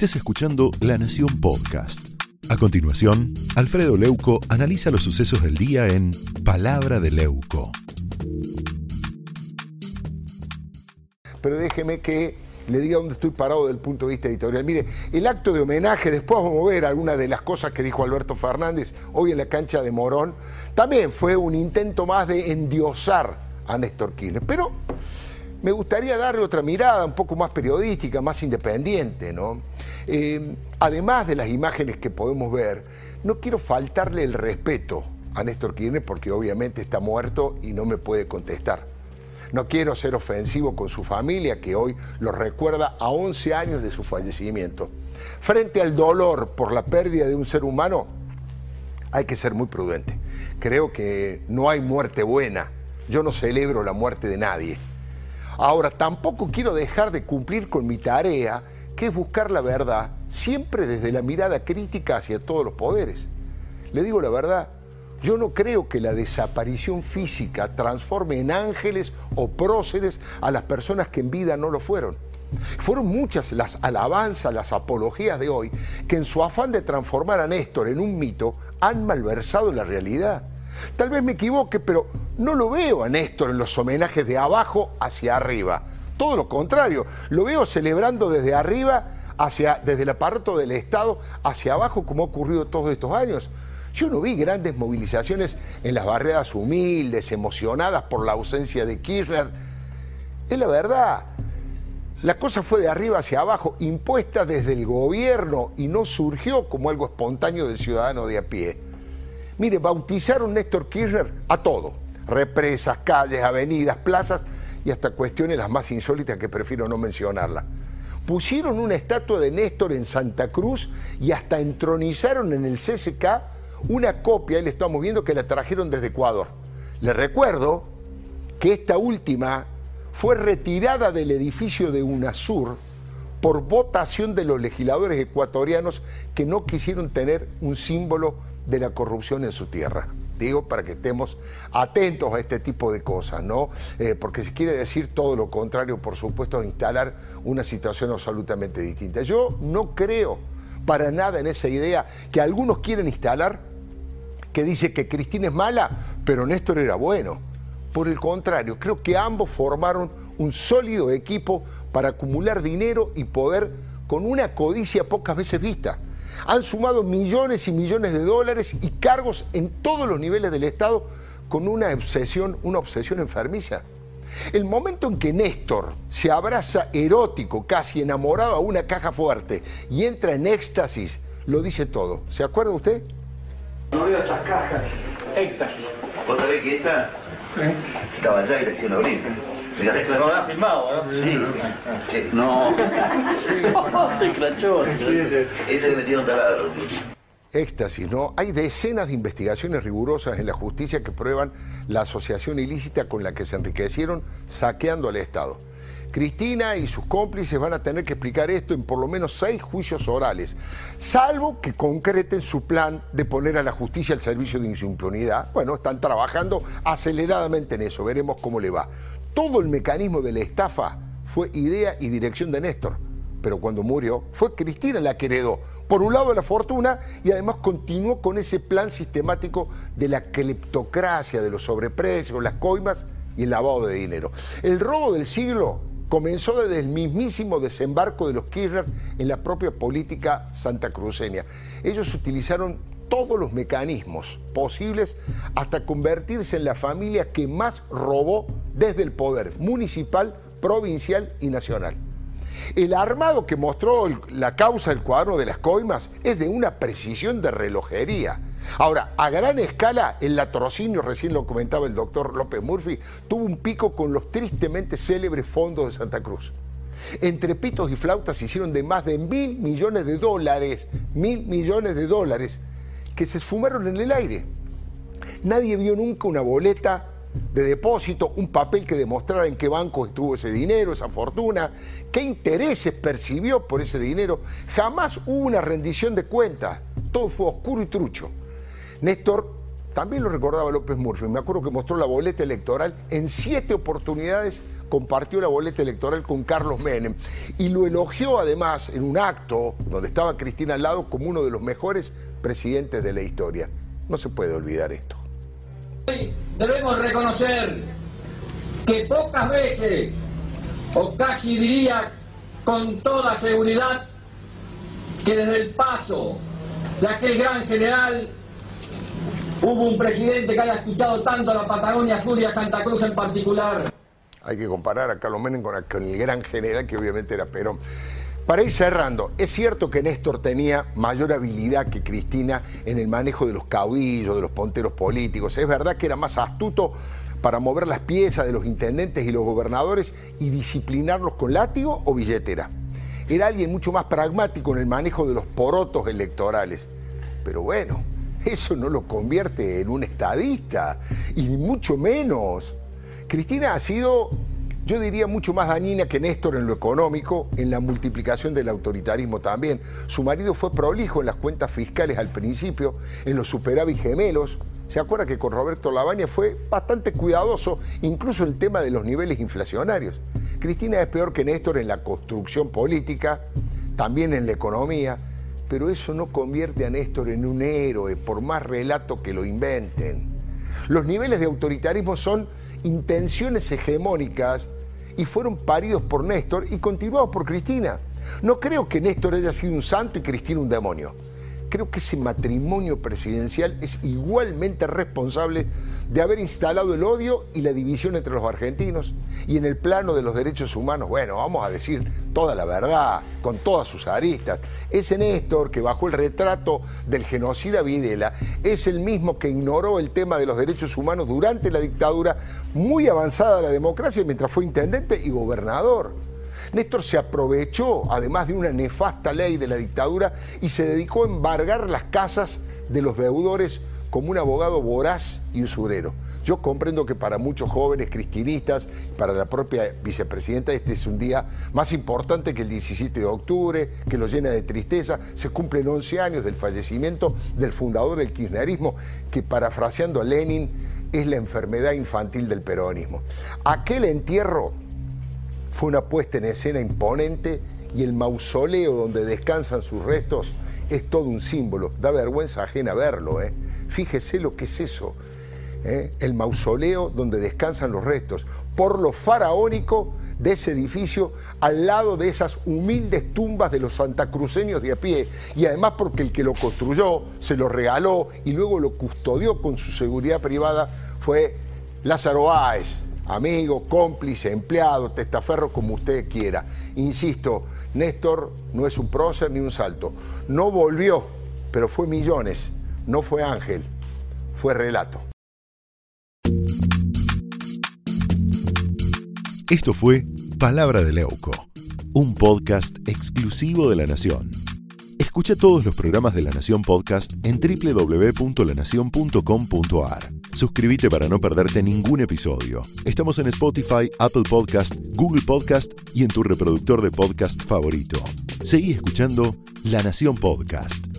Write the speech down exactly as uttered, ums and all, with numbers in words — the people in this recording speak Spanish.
estés escuchando La Nación Podcast. A continuación, Alfredo Leuco analiza los sucesos del día en Palabra de Leuco. Pero déjeme que le diga dónde estoy parado desde el punto de vista editorial. Mire, el acto de homenaje, después vamos a ver algunas de las cosas que dijo Alberto Fernández hoy en la cancha de Morón, también fue un intento más de endiosar a Néstor Kirchner. Pero me gustaría darle otra mirada un poco más periodística, más independiente, ¿no? Eh, además de las imágenes que podemos ver, no quiero faltarle el respeto a Néstor Kirchner porque obviamente está muerto y no me puede contestar. No quiero ser ofensivo con su familia, que hoy lo recuerda a once años de su fallecimiento. Frente al dolor por la pérdida de un ser humano, hay que ser muy prudente. Creo que no hay muerte buena. Yo no celebro la muerte de nadie. Ahora, tampoco quiero dejar de cumplir con mi tarea, que es buscar la verdad, siempre desde la mirada crítica hacia todos los poderes. Le digo la verdad, yo no creo que la desaparición física transforme en ángeles o próceres a las personas que en vida no lo fueron. Fueron muchas las alabanzas, las apologías de hoy, que en su afán de transformar a Néstor en un mito, han malversado la realidad. Tal vez me equivoque, pero no lo veo a Néstor en los homenajes de abajo hacia arriba. Todo lo contrario, lo veo celebrando desde arriba, hacia, desde el aparato del Estado, hacia abajo, como ha ocurrido todos estos años. Yo no vi grandes movilizaciones en las barriadas humildes, emocionadas por la ausencia de Kirchner. Es la verdad. La cosa fue de arriba hacia abajo, impuesta desde el gobierno y no surgió como algo espontáneo del ciudadano de a pie. Mire, bautizaron Néstor Kirchner a todo. Represas, calles, avenidas, plazas y hasta cuestiones las más insólitas que prefiero no mencionarlas. Pusieron una estatua de Néstor en Santa Cruz y hasta entronizaron en el C C K una copia, ahí le estamos viendo, que la trajeron desde Ecuador. Les recuerdo que esta última fue retirada del edificio de UNASUR por votación de los legisladores ecuatorianos que no quisieron tener un símbolo de la corrupción en su tierra. Digo, para que estemos atentos a este tipo de cosas, ¿no? Eh, porque si quiere decir todo lo contrario, por supuesto, instalar una situación absolutamente distinta. Yo no creo para nada en esa idea que algunos quieren instalar, que dice que Cristina es mala, pero Néstor era bueno. Por el contrario, creo que ambos formaron un sólido equipo para acumular dinero y poder con una codicia pocas veces vista. Han sumado millones y millones de dólares y cargos en todos los niveles del Estado con una obsesión, una obsesión enfermiza. El momento en que Néstor se abraza erótico, casi enamorado a una caja fuerte y entra en éxtasis, lo dice todo. ¿Se acuerda usted? No veo estas cajas, éxtasis. ¿Vos sabés que esta ¿Eh? estaba allá y la hicieron abrir? Lo habrás filmado, ¿no? Sí. sí. No. Te crachó. Este le metieron taladro. Éxtasis, ¿no? Hay decenas de investigaciones rigurosas en la justicia que prueban la asociación ilícita con la que se enriquecieron saqueando al Estado. Cristina y sus cómplices van a tener que explicar esto en por lo menos seis juicios orales, salvo que concreten su plan de poner a la justicia al servicio de su impunidad. Bueno, están trabajando aceleradamente en eso, veremos cómo le va. Todo el mecanismo de la estafa fue idea y dirección de Néstor, pero cuando murió fue Cristina la que heredó, por un lado, la fortuna y además continuó con ese plan sistemático de la cleptocracia, de los sobreprecios, las coimas y el lavado de dinero. El robo del siglo comenzó desde el mismísimo desembarco de los Kirchner en la propia política santacruceña. Ellos utilizaron todos los mecanismos posibles hasta convertirse en la familia que más robó desde el poder municipal, provincial y nacional. El armado que mostró la causa del cuaderno de las coimas es de una precisión de relojería. Ahora, a gran escala, el latrocinio, recién lo comentaba el doctor López Murphy, tuvo un pico con los tristemente célebres fondos de Santa Cruz. Entre pitos y flautas se hicieron de más de mil millones de dólares, mil millones de dólares, que se esfumaron en el aire. Nadie vio nunca una boleta de depósito, un papel que demostrara en qué banco estuvo ese dinero, esa fortuna, qué intereses percibió por ese dinero. Jamás hubo una rendición de cuentas, todo fue oscuro y trucho. Néstor, también lo recordaba López Murphy, me acuerdo que mostró la boleta electoral en siete oportunidades compartió la boleta electoral con Carlos Menem y lo elogió además en un acto donde estaba Cristina al lado como uno de los mejores presidentes de la historia. No se puede olvidar esto. Hoy debemos reconocer que pocas veces, o casi diría con toda seguridad, que desde el paso de aquel gran general hubo un presidente que haya escuchado tanto a la Patagonia Sur y a Santa Cruz en particular. Hay que comparar a Carlos Menem con, con el gran general que obviamente era Perón. Para ir cerrando, es cierto que Néstor tenía mayor habilidad que Cristina en el manejo de los caudillos, de los ponteros políticos. Es verdad que era más astuto para mover las piezas de los intendentes y los gobernadores y disciplinarlos con látigo o billetera. Era alguien mucho más pragmático en el manejo de los porotos electorales. Pero bueno, eso no lo convierte en un estadista, y mucho menos. Cristina ha sido, yo diría, mucho más dañina que Néstor en lo económico, en la multiplicación del autoritarismo también. Su marido fue prolijo en las cuentas fiscales al principio, en los superávit gemelos. ¿Se acuerda que con Roberto Lavagna fue bastante cuidadoso, incluso en el tema de los niveles inflacionarios? Cristina es peor que Néstor en la construcción política, también en la economía, pero eso no convierte a Néstor en un héroe, por más relato que lo inventen. Los niveles de autoritarismo son intenciones hegemónicas y fueron paridos por Néstor y continuados por Cristina. No creo que Néstor haya sido un santo y Cristina un demonio. Creo que ese matrimonio presidencial es igualmente responsable de haber instalado el odio y la división entre los argentinos. Y en el plano de los derechos humanos, bueno, vamos a decir toda la verdad, con todas sus aristas. Ese Néstor que bajo el retrato del genocida Videla es el mismo que ignoró el tema de los derechos humanos durante la dictadura, muy avanzada la democracia, mientras fue intendente y gobernador. Néstor se aprovechó, además de una nefasta ley de la dictadura, y se dedicó a embargar las casas de los deudores como un abogado voraz y usurero. Yo comprendo que para muchos jóvenes cristinistas, para la propia vicepresidenta, este es un día más importante que el diecisiete de octubre, que lo llena de tristeza. Se cumplen once años del fallecimiento del fundador del kirchnerismo, que, parafraseando a Lenin, es la enfermedad infantil del peronismo. Aquel entierro fue una puesta en escena imponente y el mausoleo donde descansan sus restos es todo un símbolo. Da vergüenza ajena verlo, ¿eh? Fíjese lo que es eso, ¿eh? El mausoleo donde descansan los restos, por lo faraónico de ese edificio, al lado de esas humildes tumbas de los santacruceños de a pie, y además porque el que lo construyó, se lo regaló y luego lo custodió con su seguridad privada fue Lázaro Báez. Amigo, cómplice, empleado, testaferro, como usted quiera. Insisto, Néstor no es un prócer ni un salto. No volvió, pero fue millones. No fue ángel, fue relato. Esto fue Palabra de Leuco, un podcast exclusivo de La Nación. Escucha todos los programas de La Nación Podcast en doble u doble u doble u punto la nación punto com punto a r. Suscríbete para no perderte ningún episodio. Estamos en Spotify, Apple Podcast, Google Podcast y en tu reproductor de podcast favorito. Seguí escuchando La Nación Podcast.